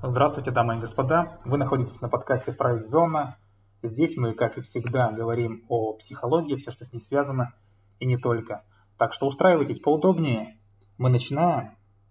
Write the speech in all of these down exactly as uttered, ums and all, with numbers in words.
Здравствуйте, дамы и господа. Вы находитесь на подкасте «Фрейд-зона». Здесь мы, как и всегда, говорим о психологии, все, что с ней связано, и не только. Так что устраивайтесь поудобнее. Мы начинаем.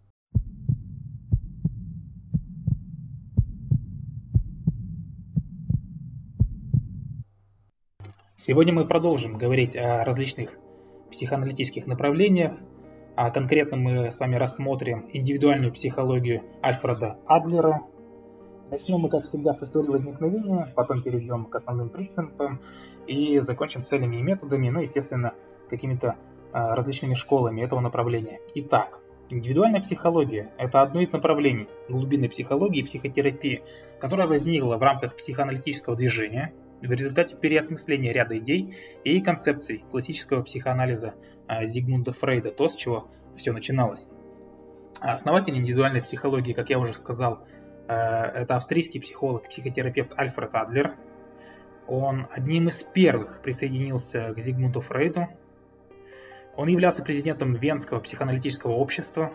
Сегодня мы продолжим говорить о различных психоаналитических направлениях, а конкретно мы с вами рассмотрим индивидуальную психологию Альфреда Адлера. Начнем мы, как всегда, с истории возникновения, потом перейдем к основным принципам и закончим целями и методами, ну, естественно, какими-то а, различными школами этого направления. Итак, индивидуальная психология – это одно из направлений глубинной психологии и психотерапии, которое возникло в рамках психоаналитического движения в результате переосмысления ряда идей и концепций классического психоанализа а, Зигмунда Фрейда, то, с чего все начиналось. Основатель индивидуальной психологии, как я уже сказал, это австрийский психолог, психотерапевт Альфред Адлер. Он одним из первых присоединился к Зигмунду Фрейду. Он являлся президентом Венского психоаналитического общества.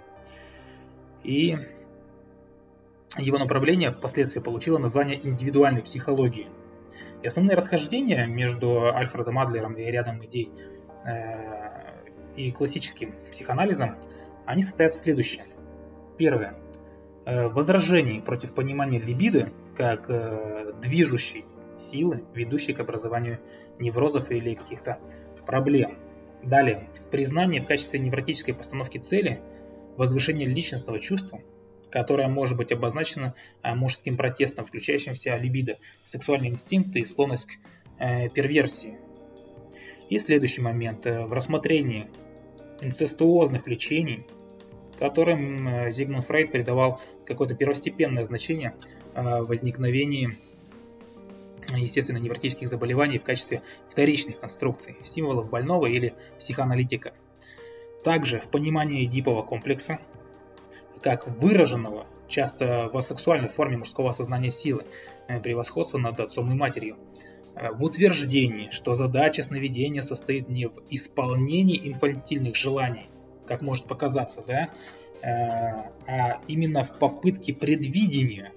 И его направление впоследствии получило название индивидуальной психологии. И основные расхождения между Альфредом Адлером и рядом идей и классическим психоанализом, они состоят в следующем. Первое. Возражений против понимания либидо как э, движущей силы, ведущей к образованию неврозов или каких-то проблем. Далее, в признании в качестве невротической постановки цели возвышение личностного чувства, которое может быть обозначено э, мужским протестом, включающим в себя либидо, сексуальные инстинкты и склонность к э, перверсии. И следующий момент, э, в рассмотрении инцестуозных влечений, которым Зигмунд Фрейд придавал какое-то первостепенное значение возникновении, естественно, невротических заболеваний в качестве вторичных конструкций, стимулов больного или психоаналитика. Также в понимании эдипового комплекса, как выраженного часто в сексуальной форме мужского осознания силы, превосходства над отцом и матерью. В утверждении, что задача сновидения состоит не в исполнении инфантильных желаний, как может показаться, да, а именно в попытке предвидения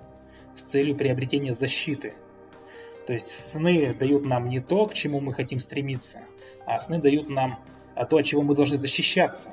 с целью приобретения защиты. То есть сны дают нам не то, к чему мы хотим стремиться, а сны дают нам то, от чего мы должны защищаться.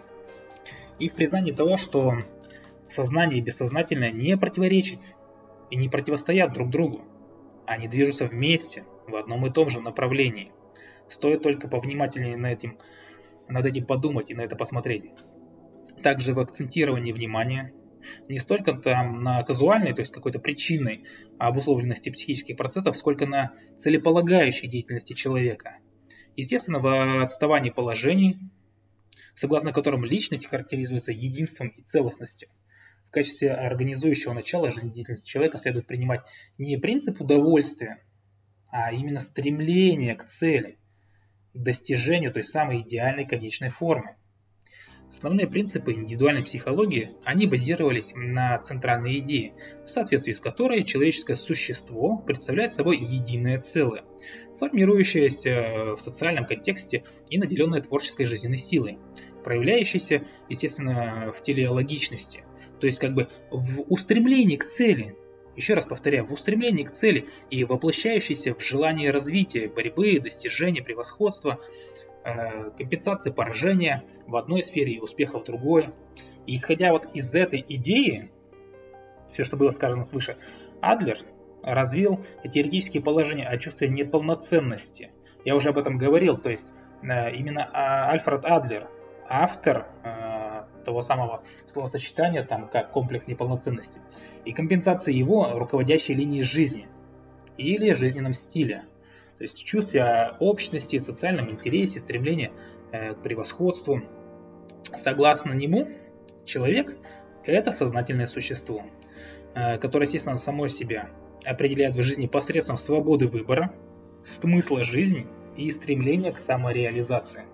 И в признании того, что сознание и бессознательное не противоречат и не противостоят друг другу. Они движутся вместе в одном и том же направлении. Стоит только повнимательнее над этим над этим подумать и на это посмотреть. Также в акцентировании внимания не столько там на казуальной, то есть какой-то причинной обусловленности психических процессов, сколько на целеполагающей деятельности человека. Естественно, в отставании положений, согласно которым личность характеризуется единством и целостностью. В качестве организующего начала жизнедеятельности человека следует принимать не принцип удовольствия, а именно стремление к цели, достижению той самой идеальной конечной формы. Основные принципы индивидуальной психологии, они базировались на центральной идее, в соответствии с которой человеческое существо представляет собой единое целое, формирующееся в социальном контексте и наделенное творческой жизненной силой, проявляющееся, естественно, в телеологичности, то есть как бы в устремлении к цели. Еще раз повторяю, в устремлении к цели и воплощающейся в желании развития, борьбы, достижения, превосходства, э, компенсации поражения в одной сфере и успеха в другой. И исходя вот из этой идеи, все, что было сказано свыше, Адлер развил теоретические положения о чувстве неполноценности. Я уже об этом говорил, то есть э, именно Альфред Адлер, автор э, того самого словосочетания, там, как комплекс неполноценности, и компенсации его руководящей линии жизни или жизненном стиле. То есть чувстве общности, социальном интересе, стремление э, к превосходству. Согласно нему, человек – это сознательное существо, э, которое, естественно, само себя определяет в жизни посредством свободы выбора, смысла жизни и стремления к самореализации.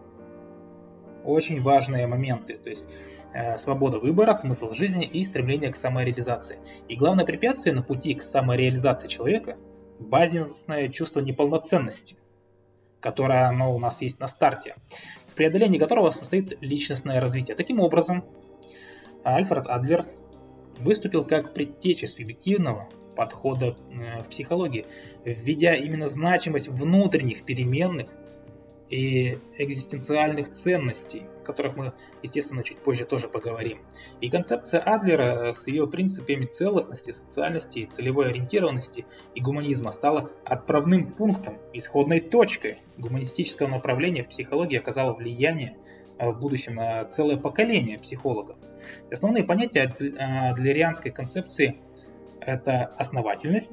Очень важные моменты, то есть э, свобода выбора, смысл жизни и стремление к самореализации. И главное препятствие на пути к самореализации человека – базисное чувство неполноценности, которое оно у нас есть на старте, в преодолении которого состоит личностное развитие. Таким образом, Альфред Адлер выступил как предтеча субъективного подхода в психологии, введя именно значимость внутренних переменных и экзистенциальных ценностей, о которых мы, естественно, чуть позже тоже поговорим. И концепция Адлера с ее принципами целостности, социальности, целевой ориентированности и гуманизма стала отправным пунктом, исходной точкой гуманистического направления в психологии, оказала влияние в будущем на целое поколение психологов. Основные понятия адлерианской концепции – это основательность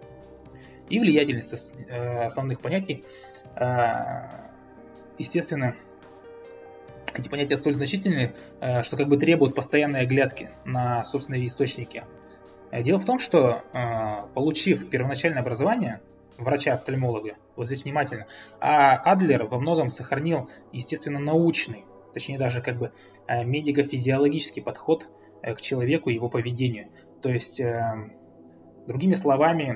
и влиятельность основных понятий. Естественно, эти понятия столь значительны, что как бы требуют постоянной оглядки на собственные источники. Дело в том, что, получив первоначальное образование врача-офтальмолога, вот здесь внимательно, а Адлер во многом сохранил, естественно, научный, точнее даже как бы медико-физиологический подход к человеку и его поведению. То есть, другими словами,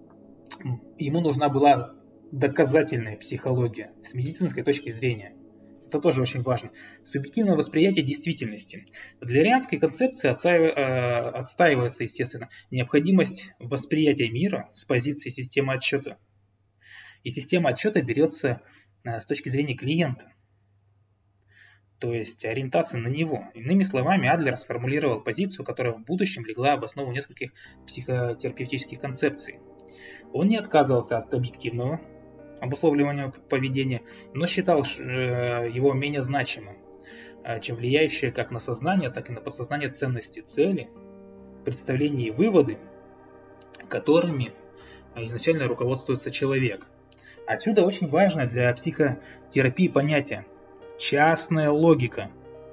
ему нужна была доказательная психология с медицинской точки зрения. Это тоже очень важно. Субъективное восприятие действительности. В адлерианской концепции отстаивается, естественно, необходимость восприятия мира с позиции системы отсчета. И система отсчета берется с точки зрения клиента. То есть ориентация на него. Иными словами, Адлер сформулировал позицию, которая в будущем легла в основу нескольких психотерапевтических концепций. Он не отказывался от объективного обусловливания поведения, но считал его менее значимым, чем влияющие как на сознание, так и на подсознание ценности, цели, представления и выводы, которыми изначально руководствуется человек. Отсюда очень важное для психотерапии понятие частная логика.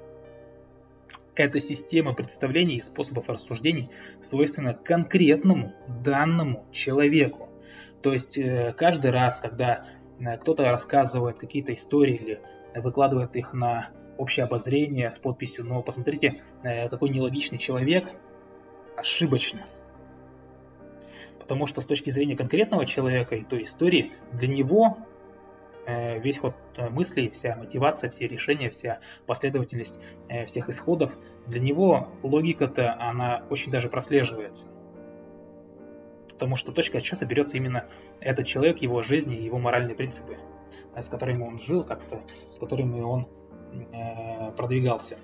Это система представлений и способов рассуждений, свойственна конкретному данному человеку. То есть каждый раз, когда кто-то рассказывает какие-то истории или выкладывает их на общее обозрение с подписью, но посмотрите, какой нелогичный человек, ошибочно. Потому что с точки зрения конкретного человека и той истории, для него весь ход мыслей, вся мотивация, все решения, вся последовательность всех исходов, для него логика-то, она очень даже прослеживается. Потому что точка отсчета берется именно этот человек, его жизнь и его моральные принципы, с которыми он жил, как-то, с которыми он э, продвигался.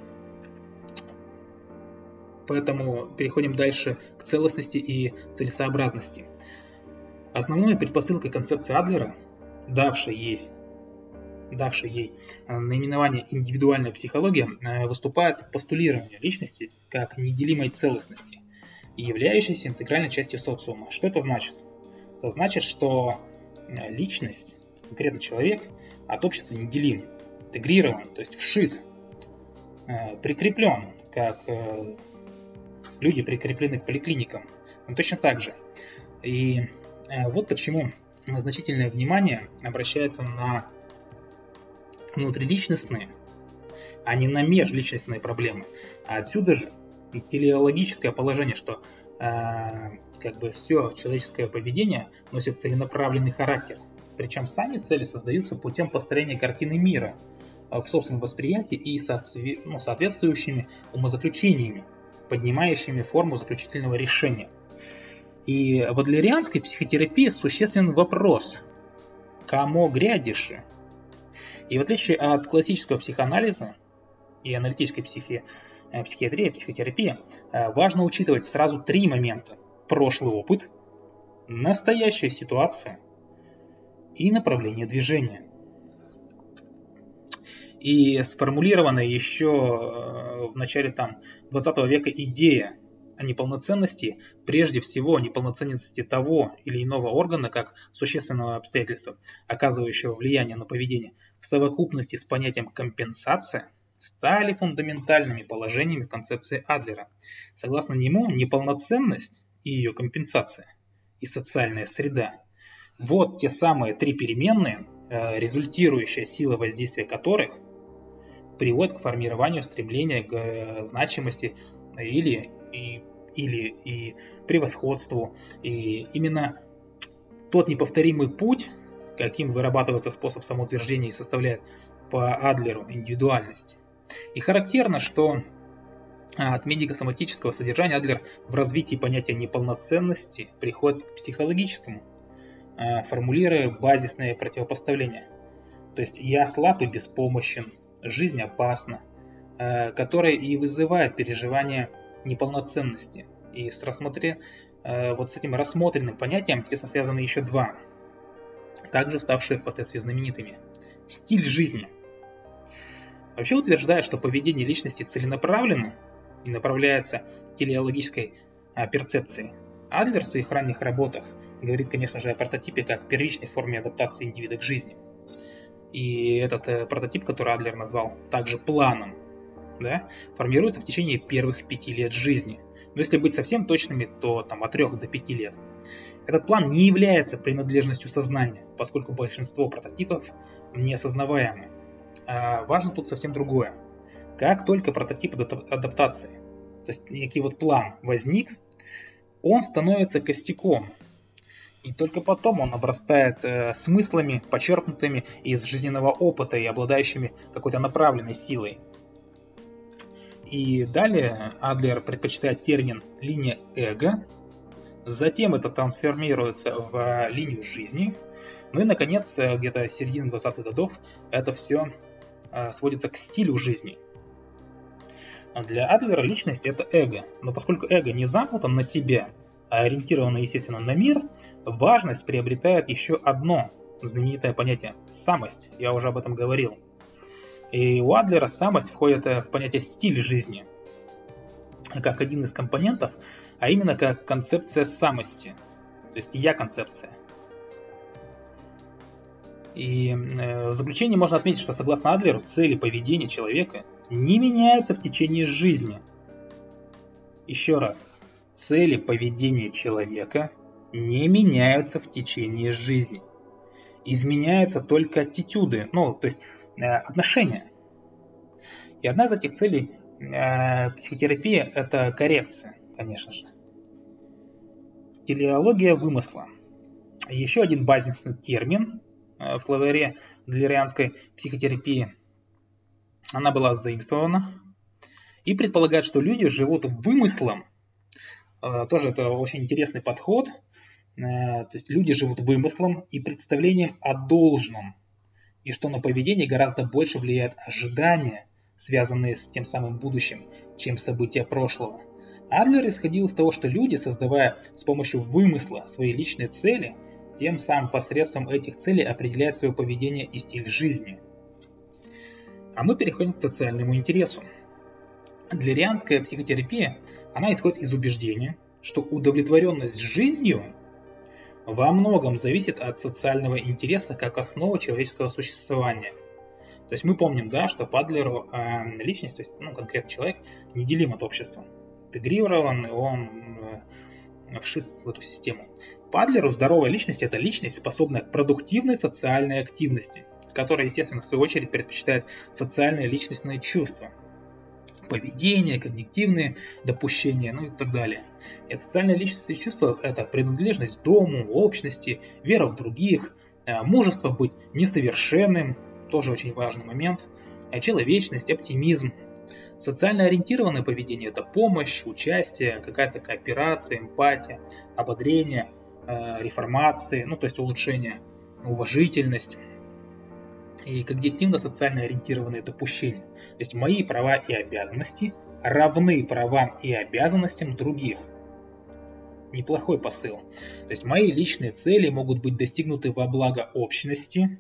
Поэтому переходим дальше к целостности и целесообразности. Основной предпосылкой концепции Адлера, давшей ей, давшей ей наименование индивидуальная психология, выступает постулирование личности как неделимой целостности, являющейся интегральной частью социума. Что это значит? Это значит, что личность, конкретно человек, от общества неделим, интегрирован, то есть вшит, прикреплен, как люди прикреплены к поликлиникам. Но точно так же. И вот почему значительное внимание обращается на внутриличностные, а не на межличностные проблемы. А отсюда же и телеологическое положение, что э, как бы все человеческое поведение носит целенаправленный характер. Причем сами цели создаются путем построения картины мира в собственном восприятии и соотве- ну, соответствующими умозаключениями, поднимающими форму заключительного решения. И в адлерианской психотерапии существенный вопрос: кому грядише? И в отличие от классического психоанализа и аналитической психи, психиатрии, психотерапии, важно учитывать сразу три момента: прошлый опыт, настоящую ситуацию и направление движения. И сформулированная еще в начале там, двадцатого века идея о неполноценности, прежде всего неполноценности того или иного органа как существенного обстоятельства, оказывающего влияние на поведение, в совокупности с понятием компенсация, стали фундаментальными положениями концепции Адлера. Согласно нему, неполноценность и ее компенсация и социальная среда – вот те самые три переменные, результирующая сила воздействия которых приводит к формированию стремления к значимости или и, или и превосходству. И именно тот неповторимый путь, каким вырабатывается способ самоутверждения и составляет по Адлеру индивидуальность. И характерно, что От медико-соматического содержания Адлер в развитии понятия неполноценности приходит к психологическому, формулируя базисное противопоставление. То есть «я слаб и беспомощен», «жизнь опасна», которое и вызывает переживание неполноценности. И с, рассмотре... вот с этим рассмотренным понятием тесно связаны еще два, также ставшие впоследствии знаменитыми. Стиль жизни. Вообще утверждает, что поведение личности целенаправленно и направляется телеологической а, перцепцией. Адлер в своих ранних работах говорит, конечно же, о прототипе как первичной форме адаптации индивида к жизни. И этот э, прототип, который Адлер назвал также планом, да, формируется в течение первых пяти лет жизни. Но если быть совсем точными, то там, от трех до пяти лет. Этот план не является принадлежностью сознания, поскольку большинство прототипов неосознаваемы. А важно тут совсем другое. Как только прототип адаптации, то есть некий вот план возник, он становится костяком. И только потом он обрастает э, смыслами, почерпнутыми из жизненного опыта и обладающими какой-то направленной силой. И далее Адлер предпочитает термин «линия эго», затем это трансформируется в линию жизни, ну и, наконец, где-то с середины двадцатых годов это все э, сводится к стилю жизни. Для Адлера личность – это эго, но поскольку эго не замкнуто на себя, а ориентировано, естественно, на мир, важность приобретает еще одно знаменитое понятие – самость. Я уже об этом говорил. И у Адлера самость входит в понятие «стиль жизни» как один из компонентов, а именно как концепция самости, то есть я-концепция. И в заключение можно отметить, что согласно Адлеру цели поведения человека не меняются в течение жизни. Еще раз, цели поведения человека не меняются в течение жизни. Изменяются только аттитюды, ну, то есть э, отношения. И одна из этих целей э, психотерапии – это коррекция, конечно же. Телеология вымысла. Еще один базисный термин в словаре адлерианской психотерапии. Она была заимствована и предполагает, что люди живут вымыслом. Тоже это очень интересный подход. То есть люди живут вымыслом и представлением о должном. И что на поведение гораздо больше влияют ожидания, связанные с тем самым будущим, чем события прошлого. Адлер исходил из того, что люди, создавая с помощью вымысла свои личные цели, тем самым посредством этих целей определяют свое поведение и стиль жизни. А мы переходим к социальному интересу. Адлерианская психотерапия, она исходит из убеждения, что удовлетворенность жизнью во многом зависит от социального интереса как основы человеческого существования. То есть мы помним, да, что по Адлеру э, личность, то есть ну, конкретный человек, неделим от общества. Интегрирован, он э, вшит в эту систему. По Адлеру здоровая личность – это личность, способная к продуктивной социальной активности, которая, естественно, в свою очередь предпочитает социальные личностные чувства, поведение, когнитивные допущения, ну и так далее. И социальные личностные чувства – это принадлежность дому, общности, вера в других, мужество быть несовершенным, тоже очень важный момент, человечность, оптимизм. Социально ориентированное поведение – это помощь, участие, какая-то кооперация, эмпатия, ободрение, реформации, ну то есть улучшение, уважительность. И когнитивно-социально ориентированные допущения. То есть мои права и обязанности равны правам и обязанностям других. Неплохой посыл. То есть мои личные цели могут быть достигнуты во благо общности.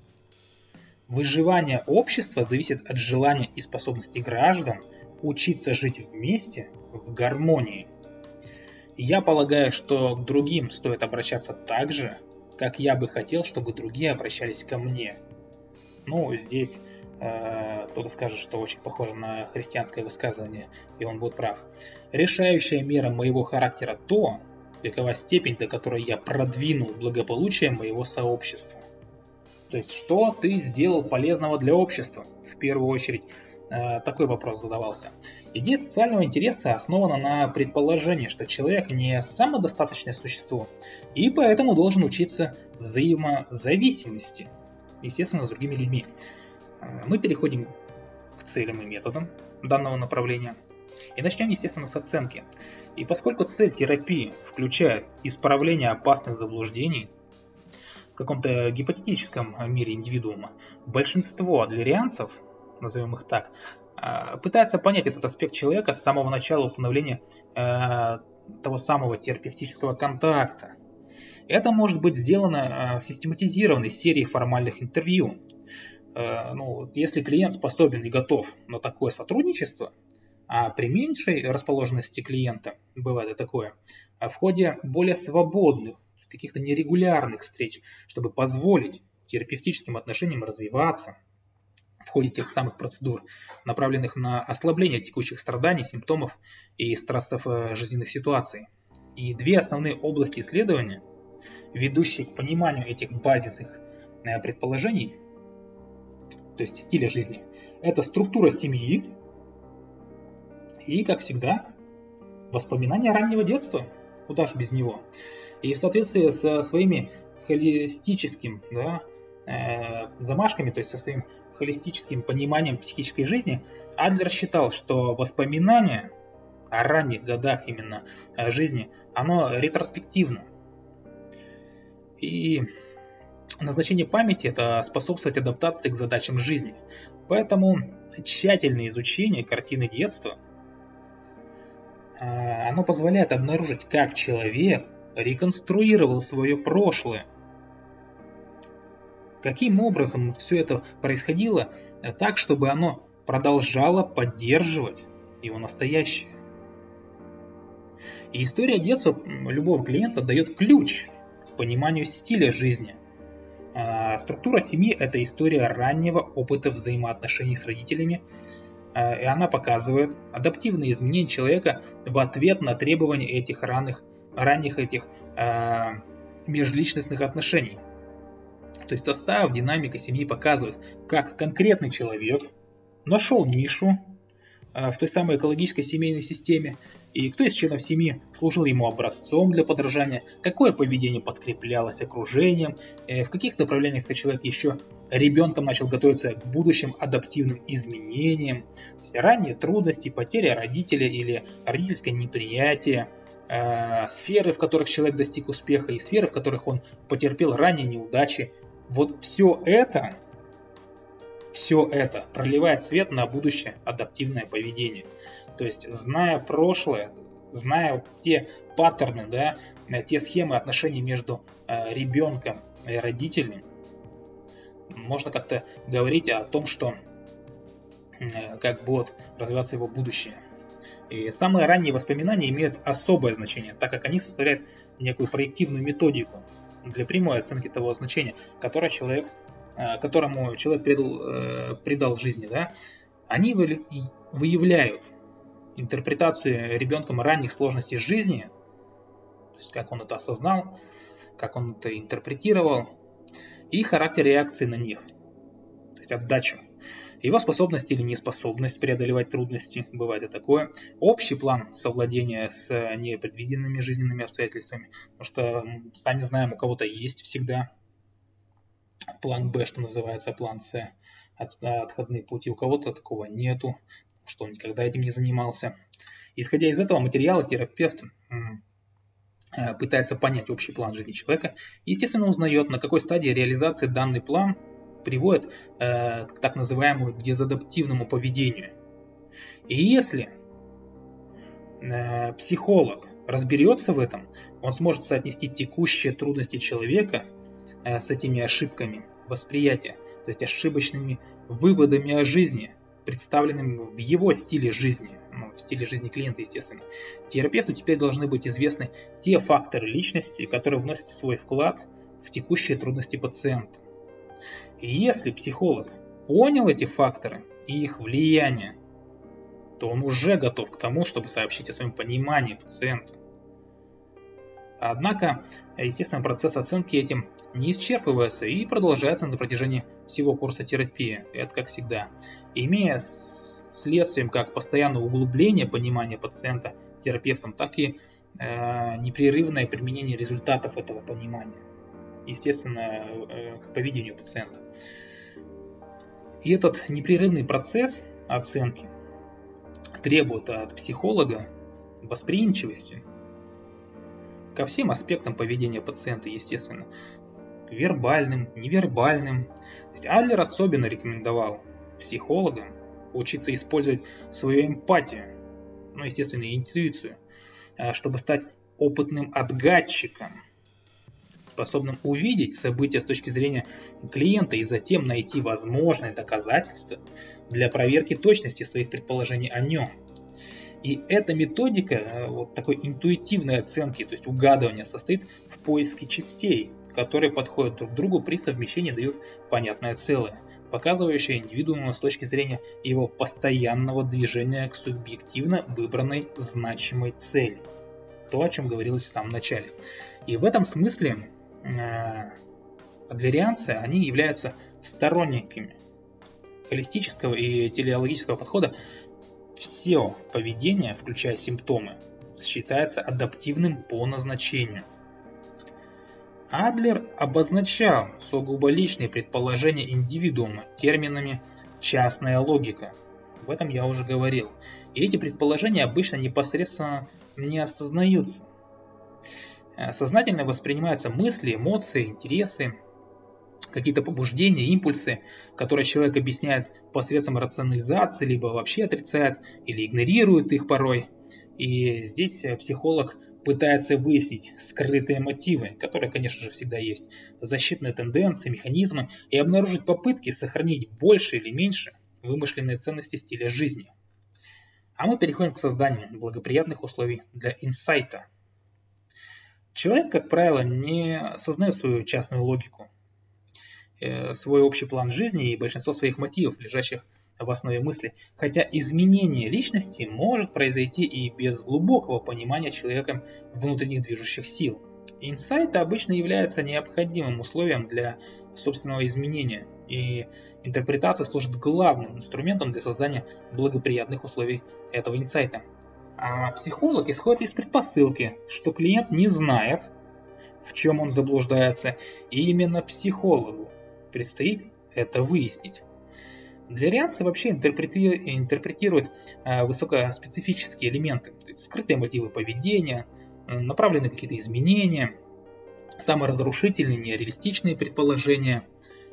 Выживание общества зависит от желания и способности граждан учиться жить вместе в гармонии. И я полагаю, что к другим стоит обращаться так же, как я бы хотел, чтобы другие обращались ко мне. Ну, здесь э, кто-то скажет, что очень похоже на христианское высказывание, и он будет прав. Решающая мера моего характера то, какова степень, до которой я продвинул благополучие моего сообщества. То есть, что ты сделал полезного для общества? В первую очередь, э, такой вопрос задавался. Идея социального интереса основана на предположении, что человек не самодостаточное существо, и поэтому должен учиться взаимозависимости, естественно, с другими людьми. Мы переходим к целям и методам данного направления. И начнем, естественно, с оценки. И поскольку цель терапии включает исправление опасных заблуждений в каком-то гипотетическом мире индивидуума, большинство адлерианцев, назовем их так, пытается понять этот аспект человека с самого начала установления э, того самого терапевтического контакта. Это может быть сделано в систематизированной серии формальных интервью. Э, ну, если клиент способен и готов на такое сотрудничество, а при меньшей расположенности клиента, бывает и такое, в ходе более свободных, каких-то нерегулярных встреч, чтобы позволить терапевтическим отношениям развиваться, в ходе тех самых процедур, направленных на ослабление текущих страданий, симптомов и стрессов жизненных ситуаций. И две основные области исследования, ведущие к пониманию этих базисных предположений, то есть стиля жизни, это структура семьи и, как всегда, воспоминания раннего детства. Куда же без него? И в соответствии со своими холистическим, да, э, замашками, то есть со своим холистическим пониманием психической жизни, Адлер считал, что воспоминание о ранних годах именно жизни, оно ретроспективно. И назначение памяти – это способствовать адаптации к задачам жизни. Поэтому тщательное изучение картины детства, оно позволяет обнаружить, как человек реконструировал свое прошлое. Каким образом все это происходило так, чтобы оно продолжало поддерживать его настоящее. И история детства любого клиента дает ключ к пониманию стиля жизни. А структура семьи – это история раннего опыта взаимоотношений с родителями, и она показывает адаптивные изменения человека в ответ на требования этих ранних, ранних этих э, межличностных отношений. То есть состав, динамика семьи показывает, как конкретный человек нашел нишу э, в той самой экологической семейной системе, и кто из членов семьи служил ему образцом для подражания, какое поведение подкреплялось окружением, э, в каких направлениях этот человек еще ребенком начал готовиться к будущим адаптивным изменениям. То есть ранние трудности, потеря родителя или родительское неприятие, э, сферы, в которых человек достиг успеха, и сферы, в которых он потерпел ранние неудачи. Вот все это, все это проливает свет на будущее адаптивное поведение. То есть, зная прошлое, зная вот те паттерны, да, те схемы отношений между э, ребенком и родителем, можно как-то говорить о том, что э, как будет развиваться его будущее. И самые ранние воспоминания имеют особое значение, так как они составляют некую проективную методику для прямой оценки того значения, которое человек, э, которому человек придал, э, придал жизни. Да? Они выявляют интерпретацию ребенком ранних сложностей жизни, то есть как он это осознал, как он это интерпретировал, и характер реакции на них, то есть отдачу. Его способность или неспособность преодолевать трудности, бывает и такое. Общий план совладения с непредвиденными жизненными обстоятельствами, потому что сами знаем, у кого-то есть всегда план Б, что называется, план С, отходные пути, у кого-то такого нету, что он никогда этим не занимался. Исходя из этого материала, терапевт пытается понять общий план жизни человека и, естественно, узнает, на какой стадии реализации данный план приводит э, к так называемому дезадаптивному поведению. И если э, психолог разберется в этом, он сможет соотнести текущие трудности человека э, с этими ошибками восприятия, то есть ошибочными выводами о жизни, представленными в его стиле жизни, ну, в стиле жизни клиента, естественно. Терапевту теперь должны быть известны те факторы личности, которые вносят свой вклад в текущие трудности пациента. И если психолог понял эти факторы и их влияние, то он уже готов к тому, чтобы сообщить о своем понимании пациенту. Однако, естественно, процесс оценки этим не исчерпывается и продолжается на протяжении всего курса терапии. Это как всегда. Имея следствием как постоянное углубление понимания пациента терапевтом, так и э, непрерывное применение результатов этого понимания, естественно, э, к поведению пациента. И этот непрерывный процесс оценки, требует от психолога восприимчивости ко всем аспектам поведения пациента, естественно, вербальным, невербальным. То есть Адлер особенно рекомендовал психологам учиться использовать свою эмпатию, ну, естественно, и интуицию, чтобы стать опытным отгадчиком, способным увидеть события с точки зрения клиента и затем найти возможные доказательства для проверки точности своих предположений о нем. И эта методика вот такой интуитивной оценки, то есть угадывания, состоит в поиске частей, которые подходят друг к другу при совмещении, дают понятное целое, показывающее индивидуума с точки зрения его постоянного движения к субъективно выбранной значимой цели. То, о чем говорилось в самом начале. И в этом смысле э, адлерианцы, они являются сторонниками холистического и телеологического подхода. Все поведение, включая симптомы, считается адаптивным по назначению. Адлер обозначал сугубо личные предположения индивидуума терминами «частная логика». Об этом я уже говорил. И эти предположения обычно непосредственно не осознаются. Сознательно воспринимаются мысли, эмоции, интересы, какие-то побуждения, импульсы, которые человек объясняет посредством рационализации, либо вообще отрицает или игнорирует их порой. И здесь психолог пытается выяснить скрытые мотивы, которые, конечно же, всегда есть, защитные тенденции, механизмы, и обнаружить попытки сохранить больше или меньше вымышленные ценности стиля жизни. А мы переходим к созданию благоприятных условий для инсайта. Человек, как правило, не осознает свою частную логику, свой общий план жизни и большинство своих мотивов, лежащих в основе мысли. Хотя изменение личности может произойти и без глубокого понимания человеком внутренних движущих сил. Инсайт обычно является необходимым условием для собственного изменения, и интерпретация служит главным инструментом для создания благоприятных условий этого инсайта. А психолог исходит из предпосылки, что клиент не знает, в чем он заблуждается, и именно психологу предстоит это выяснить. Адлерианцы вообще интерпретируют, интерпретируют э, высокоспецифические элементы, то есть скрытые мотивы поведения, э, направленные какие-то изменения, саморазрушительные, нереалистичные предположения.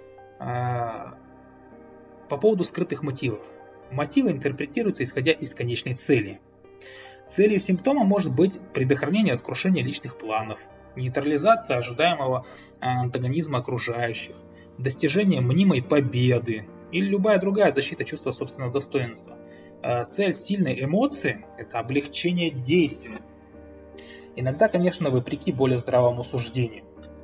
Э, по поводу скрытых мотивов. Мотивы интерпретируются исходя из конечной цели. Целью симптома может быть предохранение от крушения личных планов, нейтрализация ожидаемого антагонизма окружающих, достижение мнимой победы или любая другая защита чувства собственного достоинства. Цель сильной эмоции – это облегчение действия. Иногда, конечно, вопреки более здравому суждению.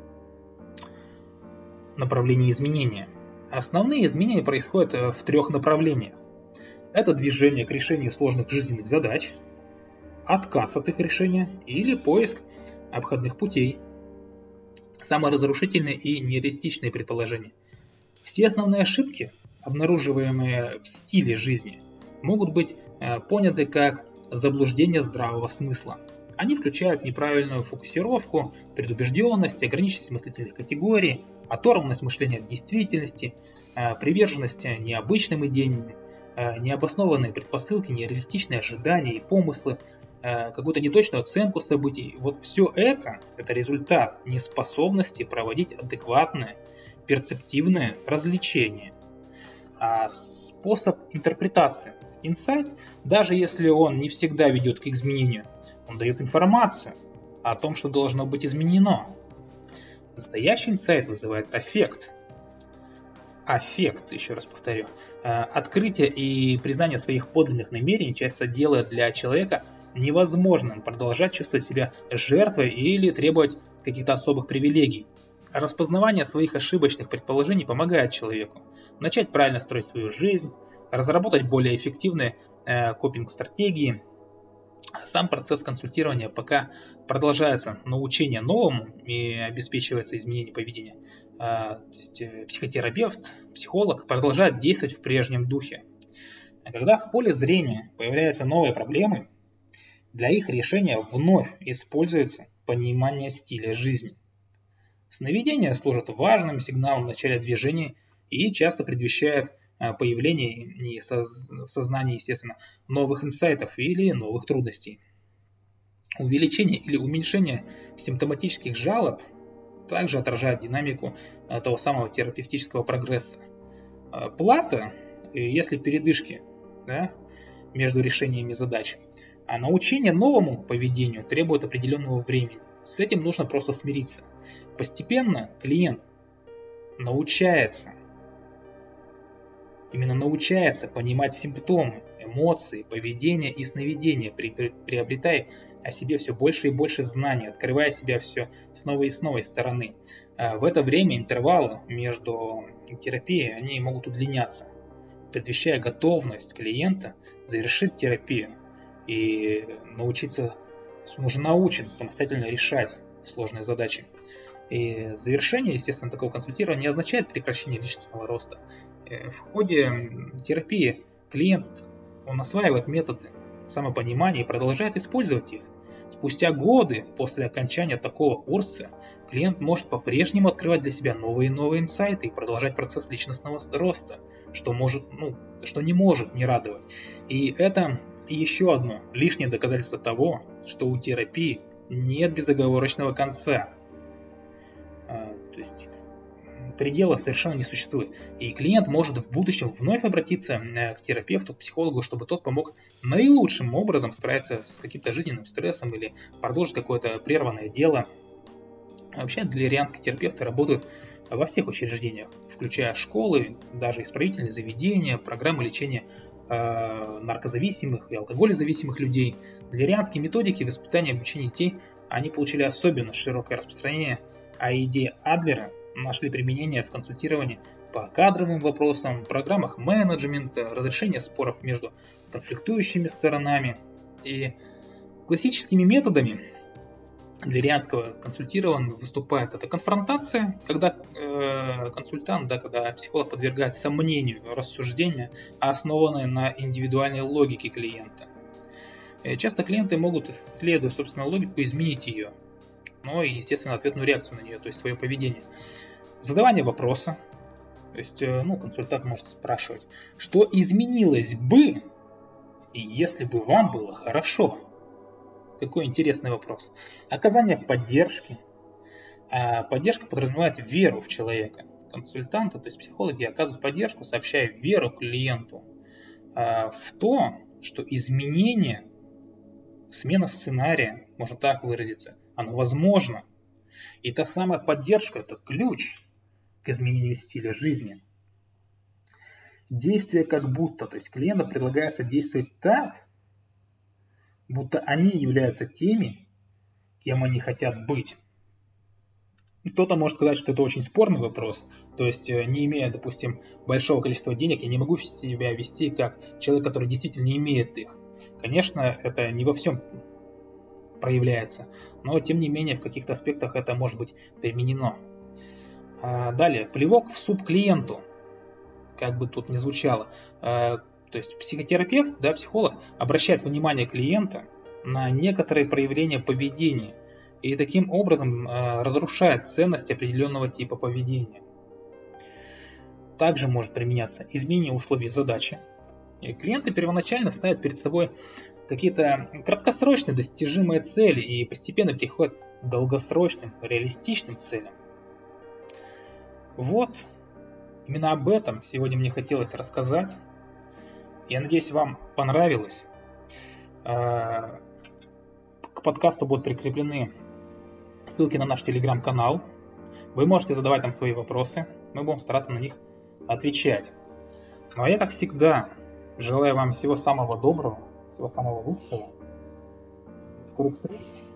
Направление изменения. Основные изменения происходят в трех направлениях. Это движение к решению сложных жизненных задач, отказ от их решения или поиск обходных путей, саморазрушительные и нереалистичные предположения. Все основные ошибки, обнаруживаемые в стиле жизни, могут быть поняты как заблуждение здравого смысла. Они включают неправильную фокусировку, предубежденность, ограниченность мыслительных категорий, оторванность мышления от действительности, приверженность необычным идеям, необоснованные предпосылки, нереалистичные ожидания и помыслы, какую-то неточную оценку событий. Вот все это – это результат неспособности проводить адекватное, перцептивное развлечение. А способ интерпретации. Инсайт, даже если он не всегда ведет к изменению, он дает информацию о том, что должно быть изменено. Настоящий инсайт вызывает аффект. Аффект, еще раз повторю. Открытие и признание своих подлинных намерений часто делает для человека невозможным продолжать чувствовать себя жертвой или требовать каких-то особых привилегий. Распознавание своих ошибочных предположений помогает человеку начать правильно строить свою жизнь, разработать более эффективные э, копинг-стратегии. Сам процесс консультирования пока продолжается научение новому и обеспечивается изменение поведения. Э, то есть э, психотерапевт, психолог продолжает действовать в прежнем духе. А когда в поле зрения появляются новые проблемы, для их решения вновь используется понимание стиля жизни. Сновидения служат важным сигналом в начале движения и часто предвещают появления и в сознании, естественно, новых инсайтов или новых трудностей. Увеличение или уменьшение симптоматических жалоб также отражает динамику того самого терапевтического прогресса. Плата, если передышки, да, между решениями задач, а научение новому поведению требует определенного времени. С этим нужно просто смириться. Постепенно клиент научается, именно научается понимать симптомы, эмоции, поведение и сновидения, приобретая о себе все больше и больше знаний, открывая себя все с новой и с новой стороны. В это время интервалы между терапией они могут удлиняться, предвещая готовность клиента завершить терапию и научиться, он уже научен самостоятельно решать сложные задачи. И завершение, естественно, такого консультирования не означает прекращение личностного роста. В ходе терапии клиент, он осваивает методы самопонимания и продолжает использовать их. Спустя годы после окончания такого курса клиент может по-прежнему открывать для себя новые и новые инсайты и продолжать процесс личностного роста, что, может, ну, что не может не радовать. И это еще одно лишнее доказательство того, что у терапии нет безоговорочного конца. То есть предела совершенно не существует. И клиент может в будущем вновь обратиться к терапевту, к психологу, чтобы тот помог наилучшим образом справиться с каким-то жизненным стрессом или продолжить какое-то прерванное дело. Вообще адлерианские терапевты работают во всех учреждениях, включая школы, даже исправительные заведения, программы лечения э, наркозависимых и алкоголезависимых людей. Адлерианские методики воспитания и обучения детей, они получили особенно широкое распространение, а идеи Адлера нашли применение в консультировании по кадровым вопросам, программах менеджмента, разрешения споров между конфликтующими сторонами. И классическими методами адлерианского консультирования выступает это конфронтация, когда э, консультант, да, когда психолог подвергает сомнению рассуждения, основанные на индивидуальной логике клиента. И часто клиенты могут, исследуя собственную логику, изменить ее, но и, естественно, ответную реакцию на нее, то есть свое поведение. Задавание вопроса, то есть ну, консультант может спрашивать, что изменилось бы, если бы вам было хорошо? Какой интересный вопрос. Оказание поддержки. А поддержка подразумевает веру в человека. Консультанты, то есть психологи, оказывают поддержку, сообщая веру клиенту а, в то, что изменение, смена сценария, можно так выразиться, оно возможно. И та самая поддержка – это ключ к изменению стиля жизни. Действие как будто, то есть клиентам предлагается действовать так, будто они являются теми, кем они хотят быть. Кто-то может сказать, что это очень спорный вопрос. То есть, не имея, допустим, большого количества денег, я не могу себя вести как человек, который действительно не имеет их. Конечно, это не во всем проявляется, но тем не менее в каких-то аспектах это может быть применено. Далее, плевок в суп клиенту, как бы тут ни звучало. То есть психотерапевт, да, психолог обращает внимание клиента на некоторые проявления поведения и таким образом э, разрушает ценность определенного типа поведения. Также может применяться изменение условий задачи. И клиенты первоначально ставят перед собой какие-то краткосрочные достижимые цели и постепенно переходят к долгосрочным, реалистичным целям. Вот, именно об этом сегодня мне хотелось рассказать. Я надеюсь, вам понравилось. К подкасту будут прикреплены ссылки на наш телеграм-канал. Вы можете задавать там свои вопросы. Мы будем стараться на них отвечать. Ну а я, как всегда, желаю вам всего самого доброго, всего самого лучшего. Скорых встреч.